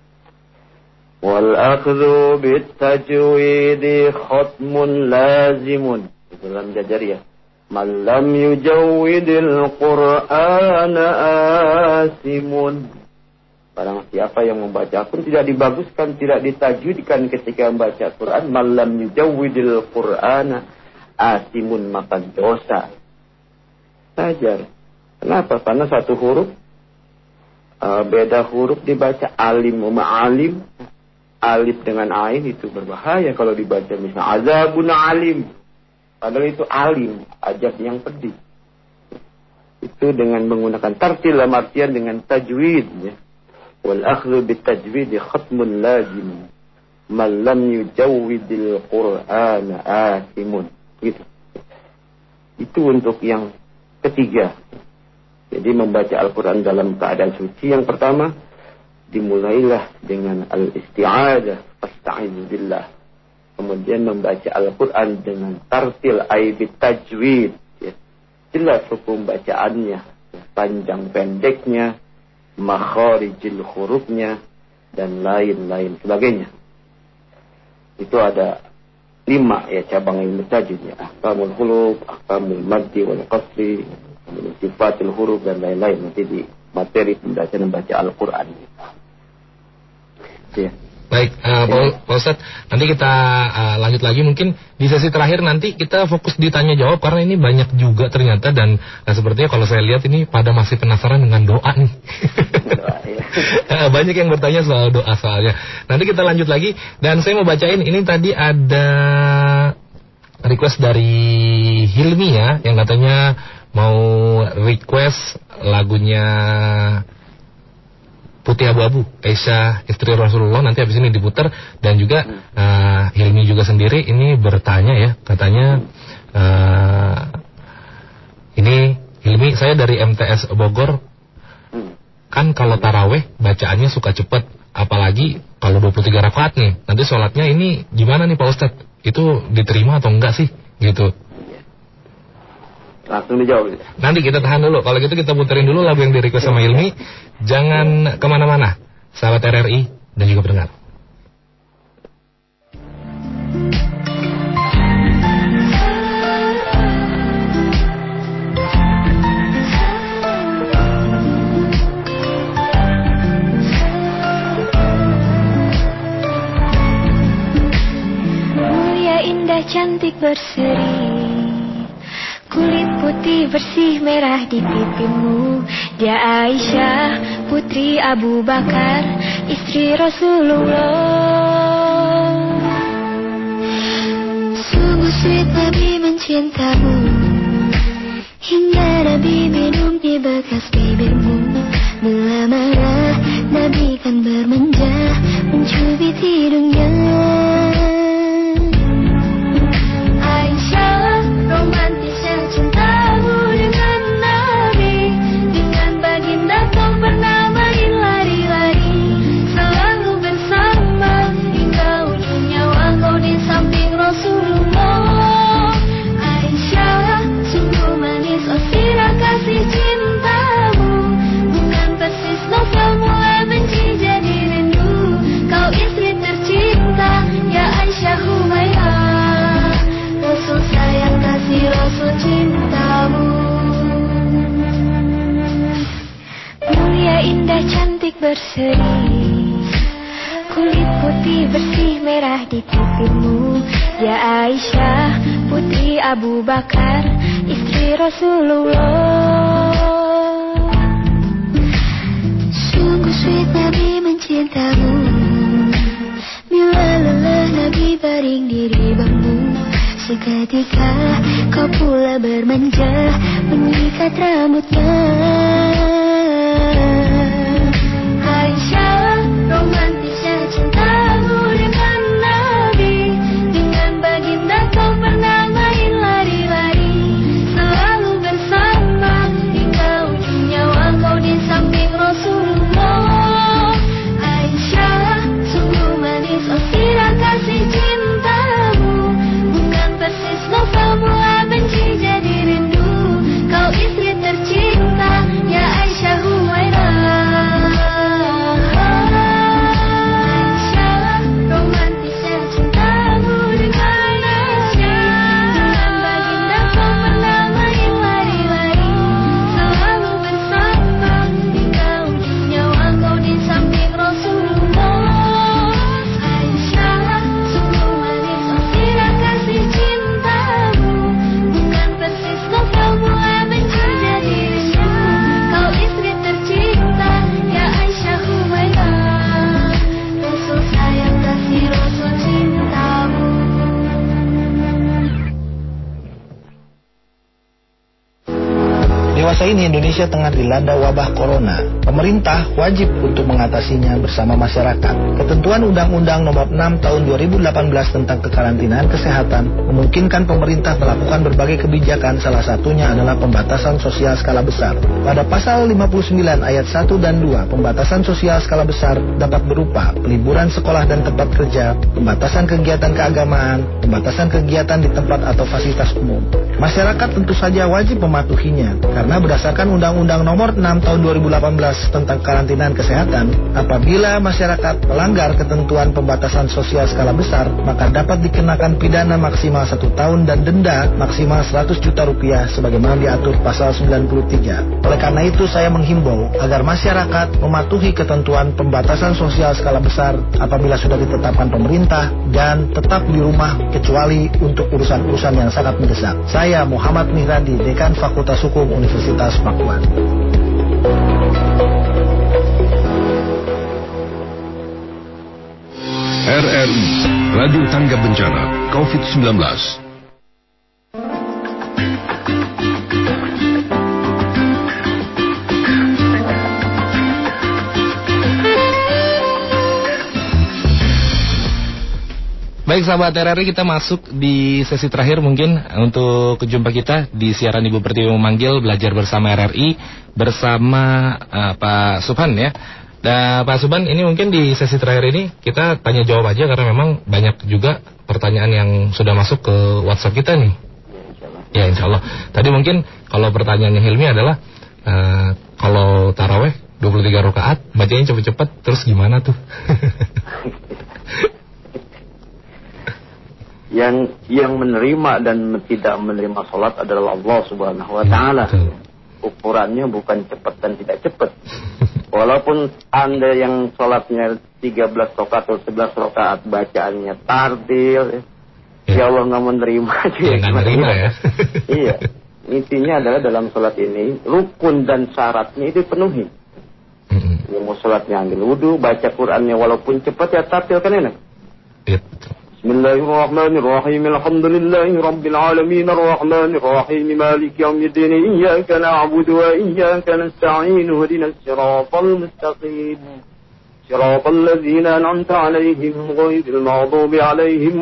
Wal-akhdhu bit-tajwidi khatmun lazimun. Itu dalam Jajariyah. Man lam yujawwidil Qur'ana asimun. Barang siapa yang membaca pun tidak dibaguskan, tidak ditajwidkan ketika membaca Quran. Man lam yujawwidil Qur'ana asimun, maka dosa. Sajar. Kenapa? Karena satu huruf beda huruf dibaca alim ma'alim. Alif dengan ain itu berbahaya kalau dibaca misalnya azabun alim. Padahal itu alim, azab yang pedih. Itu dengan menggunakan tartil dalam artian dengan tajwid. Ya. Wal akhdhu bit tajwid khatmun lazim. Man lam yujawwidil Qur'ana asimun. Gitu. Itu untuk yang ketiga. Jadi membaca Al-Quran dalam keadaan suci. Yang pertama, dimulailah dengan al-isti'adah, fasta'iz billah. Kemudian membaca Al-Quran dengan tartil aibit tajwid. Ya. Jelas hukum bacaannya, panjang pendeknya, makharijil hurufnya, dan lain-lain sebagainya. Itu ada 5 ya cabang ilmu tajwid. Ya. Ahkamul huruf, ahkamul maddi wal qasri, sifatul huruf, dan lain-lain. Nanti di materi pembacaan membaca Al-Quran. Ya. Baik, Pak Ustadz, nanti kita lanjut lagi mungkin di sesi terakhir nanti kita fokus di tanya jawab karena ini banyak juga ternyata dan sepertinya kalau saya lihat ini pada masih penasaran dengan doa nih. Doa, ya. Banyak yang bertanya soal doa soalnya. Nanti kita lanjut lagi dan saya mau bacain ini tadi ada request dari Hilmi ya yang katanya mau request lagunya Putih Abu-Abu, Aisyah istri Rasulullah, nanti habis ini diputar. Dan juga Hilmi juga sendiri ini bertanya ya, katanya ini Hilmi, saya dari MTS Bogor, kan kalau taraweh bacaannya suka cepet, apalagi kalau 23 rakaat nih, nanti sholatnya ini gimana nih Pak Ustadz, itu diterima atau enggak sih gitu. Langsung dijawab. Nanti kita tahan dulu. Kalau gitu kita puterin dulu lagu yang di request sama Hilmi. Jangan kemana-mana, sahabat RRI dan juga pendengar. Mulia, indah, cantik, berseri, kulit putih bersih merah di pipimu. Dia Aisyah, putri Abu Bakar, istri Rasulullah. Sungguh sweet Nabi mencintamu, hingga Nabi minum di bekas bibirmu. Bila marah Nabi kan bermanja, mencubit hidungnya. Aisyah, romantisnya cintamu dengan Nabi, dengan baginda kau pernah main lari-lari, selalu bersama hingga ujung nyawa kau di samping Rasulullah. Aisyah, sungguh manis oh sirah kasih cintamu, bukan persis novel mulai benci jadi rindu. Kau istri tercinta, ya Aisyah Humairah, Rasul sayang kasih Rasul cintamu. Mulia, indah, cantik, berseri, kulit putih bersih merah di pipimu. Ya Aisyah, putri Abu Bakar, istri Rasulullah. Sungguh sweet Nabi mencintamu, bila lelah Nabi baring di ribamu. Seketika kau pula bermanja, mengikat rambutnya. Aisyah, romantisnya cintamu dengan Nabi, dengan baginda kau pernah main lari-lari, selalu bersama hingga ujung nyawa kau di samping Rasulullah. Aisyah, sungguh manis oh sirah kasih cintamu, bukan persis novel mulai benci jadi rindu. Kau istri tercinta, ya Aisyah Humairah. Aisyah, romantisnya cintamu dengan Aisyah, dengan baginda kau pernah main lari-lari, selalu bersama hingga ujung nyawa kau di samping Rasulullah. Aisyah, sungguh manis oh sirah kasih cintamu, bukan persis novel mulai benci jadi rindu. Kau istri tercinta, ya Aisyah Humairah, Rasul sayang kasih Rasul cintamu. Dewasa ini Indonesia tengah dilanda wabah corona. Pemerintah wajib untuk mengatasinya bersama masyarakat. Ketentuan Undang-Undang Nomor 6 Tahun 2018 tentang kekarantinaan kesehatan memungkinkan pemerintah melakukan berbagai kebijakan, salah satunya adalah pembatasan sosial skala besar. Pada pasal 59 ayat 1 dan 2, pembatasan sosial skala besar dapat berupa peliburan sekolah dan tempat kerja, pembatasan kegiatan keagamaan, pembatasan kegiatan di tempat atau fasilitas umum. Masyarakat tentu saja wajib mematuhinya, karena berdasarkan Undang-Undang Nomor 6 Tahun 2018 tentang karantinaan kesehatan, apabila masyarakat melanggar ketentuan pembatasan sosial skala besar, maka dapat dikenakan pidana maksimal 1 tahun dan denda maksimal 100 juta rupiah sebagaimana diatur pasal 93. Oleh karena itu saya menghimbau agar masyarakat mematuhi ketentuan pembatasan sosial skala besar apabila sudah ditetapkan pemerintah dan tetap di rumah kecuali untuk urusan-urusan yang sangat mendesak. Saya Muhammad Mihradi, Dekan Fakultas Hukum Universitas Pakuan. RRI, Radio Tanggap Bencana COVID-19. Baik sahabat RRI, kita masuk di sesi terakhir mungkin untuk jumpa kita di siaran Ibu Pertiwi memanggil belajar bersama RRI bersama Pak Subhan ya. Dan Pak Subhan, ini mungkin di sesi terakhir ini kita tanya jawab aja karena memang banyak juga pertanyaan yang sudah masuk ke WhatsApp kita nih. Ya insya Allah. Tadi mungkin kalau pertanyaannya Hilmi adalah kalau taraweh 23 rakaat bacanya cepet-cepet terus gimana tuh? Yang menerima dan tidak menerima sholat adalah Allah Subhanahu wa Ta'ala. Ukurannya bukan cepat dan tidak cepat. Walaupun Anda yang sholatnya 13 rakaat atau 11 rakaat bacaannya tartil, ya Allah nggak menerima aja. Nggak menerima ya. Iya. Intinya adalah dalam sholat ini rukun dan syaratnya itu dipenuhi. Ya, mau sholatnya ambil wudu, baca Qurannya walaupun cepat ya tartil kan enak. Bismillahirrahmanirrahim. Alhamdulillahi rabbil alamin arrahmanir rahim maliki yaumiddin iyyaka na'budu wa iyyaka nasta'in ihdinas siratal mustaqim siratal ladzina an'amta 'alaihim ghairil maghdubi 'alaihim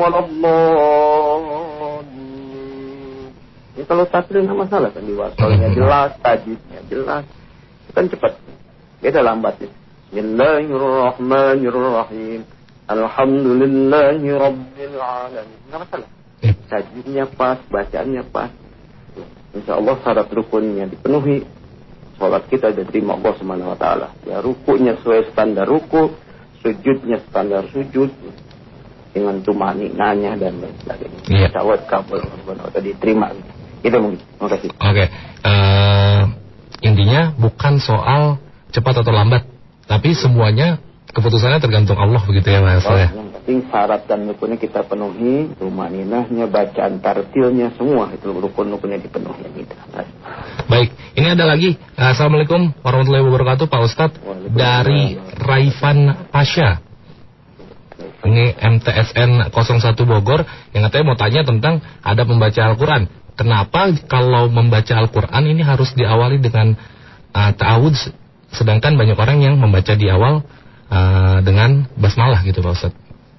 waladdallin. Ya kalau tasbih enggak masalah kan diwasalnya jelas, tajwidnya jelas. Kan cepat. Beda lambat. Bismillahirrahmanirrahim. Alhamdulillahi Rabbil Alamin. Nggak masalah. Tajwidnya pas, bacaannya pas. Insya Allah syarat rukunnya dipenuhi. Sholat kita diterima Allah Subhanahu wa Ta'ala. Ya rukunya sesuai standar ruku, sujudnya standar sujud, dengan tumaninanya dan lain sebagainya. Insya Allah kabul Subhanahu wa Ta'ala diterima. Itu mungkin. Terima kasih. Oke. Intinya bukan soal cepat atau lambat, tapi semuanya keputusannya tergantung Allah begitu ya Mas ya. Yang penting syarat dan rukunnya kita penuhi, tumaninahnya, bacaan tartilnya semua itu rukun-rukunnya dipenuhi gitu. Baik, ini ada lagi. Assalamualaikum warahmatullahi wabarakatuh Pak Ustadz dari Raifan Pasha. Ini MTSN 01 Bogor yang katanya mau tanya tentang ada membaca Al-Quran. Kenapa kalau membaca Al-Quran ini harus diawali dengan ta'awudz, sedangkan banyak orang yang membaca di awal dengan basmalah gitu Pak Ustadz.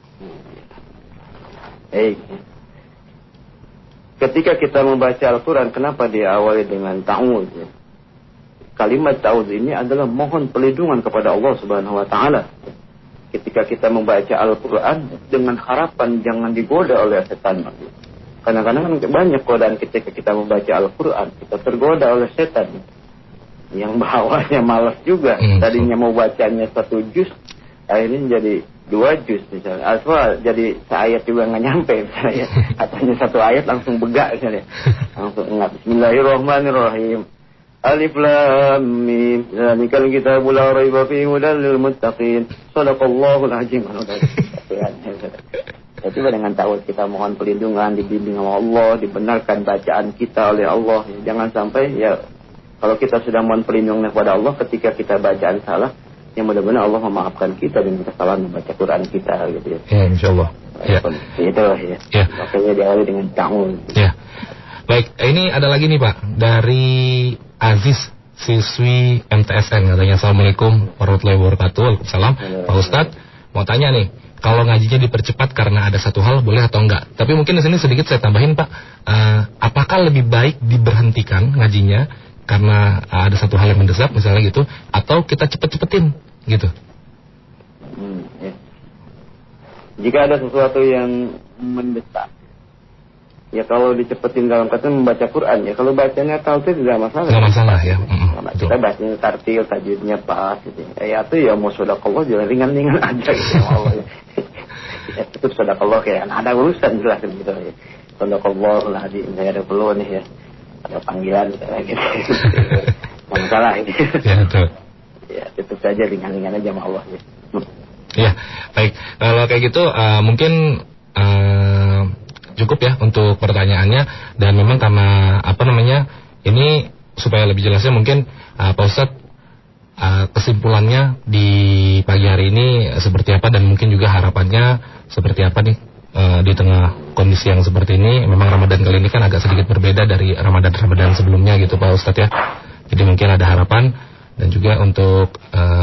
Ketika kita membaca Al-Quran, kenapa diawali dengan ta'awudz? Kalimat ta'awudz ini adalah mohon perlindungan kepada Allah Subhanahu wa Ta'ala. Ketika kita membaca Al-Quran dengan harapan jangan digoda oleh setan. Kadang-kadang banyak godaan ketika kita membaca Al-Quran, kita tergoda oleh setan yang bawahnya malas juga. Tadinya mau bacanya 1 juz, akhirnya jadi 2 juz misalnya. Asal jadi seayat juga nggak nyampe misalnya. Katanya 1 ayat langsung begak misalnya. Langsung ingat. Bismillahirrahmanirrahim. Alif Lam Mim. Zalikal kitabul la raiba fihi hudal lil muttaqin. Shadaqallahul azim. Jadi dengan ta'awudz kita mohon perlindungan, dibimbing oleh Allah, dibenarkan bacaan kita oleh Allah. Jangan sampai ya kalau kita sudah mohon perlindungan kepada Allah ketika kita bacaan salah, yang mudah-mudahan Allah memaafkan kita dan kesalahan membaca Quran kita gitu ya. Ya, insyaallah. Ya. Itu ya. Ya. Makanya diawali dengan ta'awudz. Ya. Baik, ini ada lagi nih Pak dari Aziz, siswi MTSN katanya. Assalamualaikum warahmatullahi wabarakatuh. Waalaikumsalam. Pak Ustadz mau tanya nih, kalau ngajinya dipercepat karena ada satu hal boleh atau enggak? Tapi mungkin di sini sedikit saya tambahin Pak, apakah lebih baik diberhentikan ngajinya karena ada satu hal yang mendesak misalnya gitu, atau kita cepet-cepetin gitu? Ya. Jika ada sesuatu yang mendesak, Ya kalau dicepetin dalam kata membaca Quran ya, kalau bacanya taltil tidak masalah. Nggak masalah ya. Kita bacanya tartil, tajwidnya pas gitu. Ya itu ya mau sedekah jangan ringan-ringan aja gitu ya Allah. Ya tetap sedekah ya, ada urusan jelas gitu ya. Sedekah lah di ada perlu nih ya. Ada panggilan kayak gitu. Nggak masalah gitu. Ya betul. Ya tetap saja ringan-ringan aja sama Allah ya. Ya, baik. Kalau kayak gitu mungkin cukup ya untuk pertanyaannya, dan memang karena ini supaya lebih jelasnya mungkin Pak Ustadz kesimpulannya di pagi hari ini seperti apa, dan mungkin juga harapannya seperti apa nih di tengah kondisi yang seperti ini. Memang Ramadan kali ini kan agak sedikit berbeda dari Ramadan sebelumnya gitu Pak Ustadz ya. Jadi mungkin ada harapan, dan juga untuk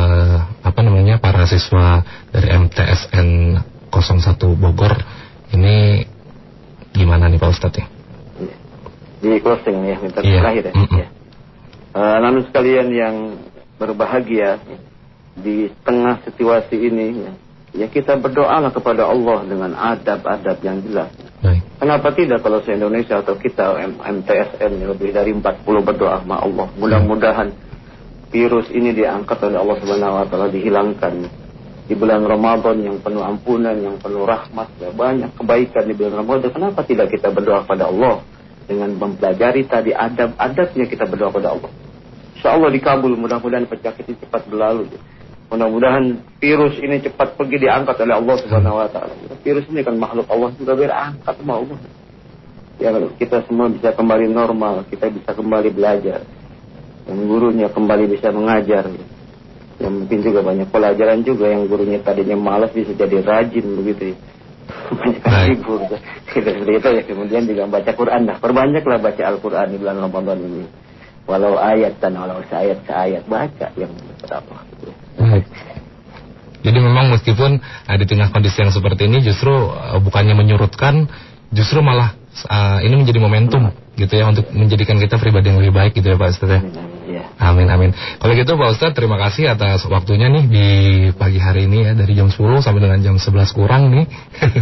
para siswa dari MTSN 01 Bogor ini gimana nih Pak Ustadz ya? Di closing ya, minta terakhir ya. Ya. Namun sekalian yang berbahagia di tengah situasi ini ya kita berdoalah kepada Allah dengan adab-adab yang jelas. Baik. Kenapa tidak kalau se-Indonesia atau kita MTSN lebih dari 40 berdoa sama Allah. Mudah-mudahan virus ini diangkat oleh Allah Subhanahu wa taala, dihilangkan. Di bulan Ramadan yang penuh ampunan, yang penuh rahmat, ya banyak kebaikan di bulan Ramadan. Kenapa tidak kita berdoa pada Allah dengan mempelajari tadi adab-adabnya, kita berdoa pada Allah. Insya Allah dikabul, mudah-mudahan penyakit ini cepat berlalu. Mudah-mudahan virus ini cepat pergi, diangkat oleh Allah Subhanahu wa taala. Virus ini kan makhluk Allah, sudah berangkat sama Allah. Ya kita semua bisa kembali normal, kita bisa kembali belajar. Yang gurunya kembali bisa mengajar. Ya mungkin juga banyak pelajaran juga yang gurunya tadinya malas bisa jadi rajin begitu ya. Banyak libur seperti itu ya. Kemudian juga baca Quran, perbanyaklah baca Al-Quran di bulan Ramadan ini. Walau ayat dan walau seayat baca yang berapa. Baik. Jadi memang meskipun di tengah kondisi yang seperti ini justru bukannya menyurutkan, justru malah ini menjadi momentum gitu ya untuk menjadikan kita pribadi yang lebih baik gitu ya Pak Ustadz ya. Amin amin. Kalau gitu Pak Ustadz, terima kasih atas waktunya nih di pagi hari ini ya, dari jam 10 sampai dengan jam 11 kurang nih.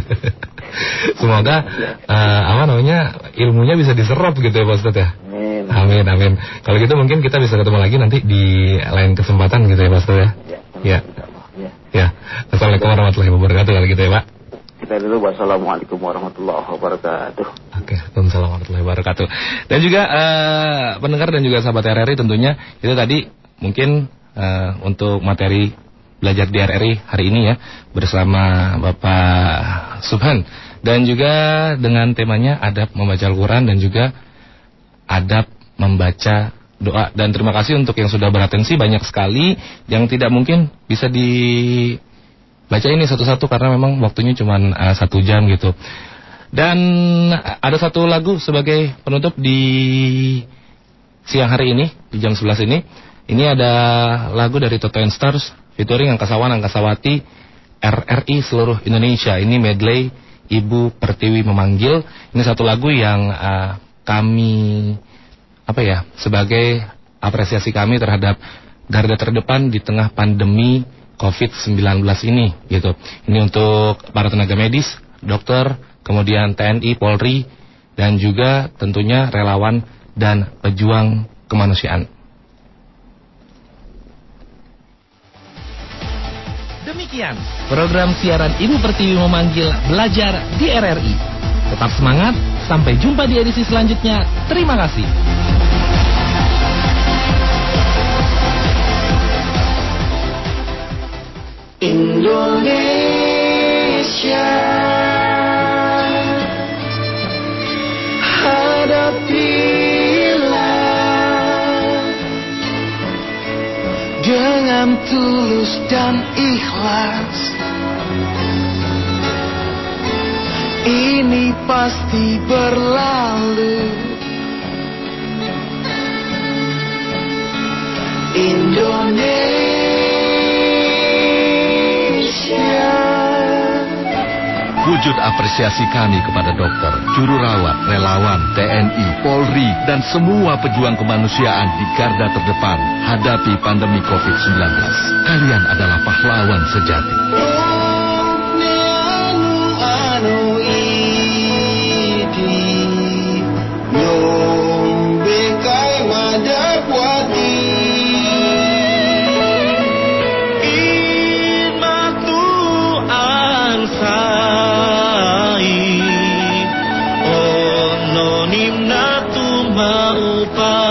Semoga ilmunya bisa diserap gitu ya Pak Ustadz ya. Amin amin. Kalau gitu mungkin kita bisa ketemu lagi nanti di lain kesempatan gitu ya Pak Ustadz ya. Ya. Assalamualaikum warahmatullahi wabarakatuh kalau gitu ya Pak. Kita dulu, wassalamualaikum warahmatullahi wabarakatuh. Oke, waalaikumsalam warahmatullahi wabarakatuh. Dan juga pendengar dan juga sahabat RRI tentunya itu tadi mungkin untuk materi belajar di RRI hari ini ya bersama Bapak Subhan, dan juga dengan temanya adab membaca Al-Quran dan juga adab membaca doa. Dan terima kasih untuk yang sudah beratensi, banyak sekali yang tidak mungkin bisa baca ini satu-satu karena memang waktunya cuma 1 jam gitu. Dan ada satu lagu sebagai penutup di siang hari ini di jam 11 ini. Ini ada lagu dari Toto and Stars featuring Angkasawan Angkasawati RRI seluruh Indonesia. Ini medley Ibu Pertiwi Memanggil. Ini satu lagu yang kami sebagai apresiasi kami terhadap garda terdepan di tengah pandemi COVID-19 ini gitu. Ini untuk para tenaga medis, dokter, kemudian TNI, Polri, dan juga tentunya relawan dan pejuang kemanusiaan. Demikian program siaran Ibu Pertiwi Memanggil Belajar di RRI. Tetap semangat, sampai jumpa di edisi selanjutnya. Terima kasih. Indonesia, hadapilah dengan tulus dan ikhlas. Ini pasti berlalu. Indonesia, wujud apresiasi kami kepada dokter, juru rawat, relawan, TNI, Polri, dan semua pejuang kemanusiaan di garda terdepan hadapi pandemi COVID-19. Kalian adalah pahlawan sejati. anu idi nimnatu maupa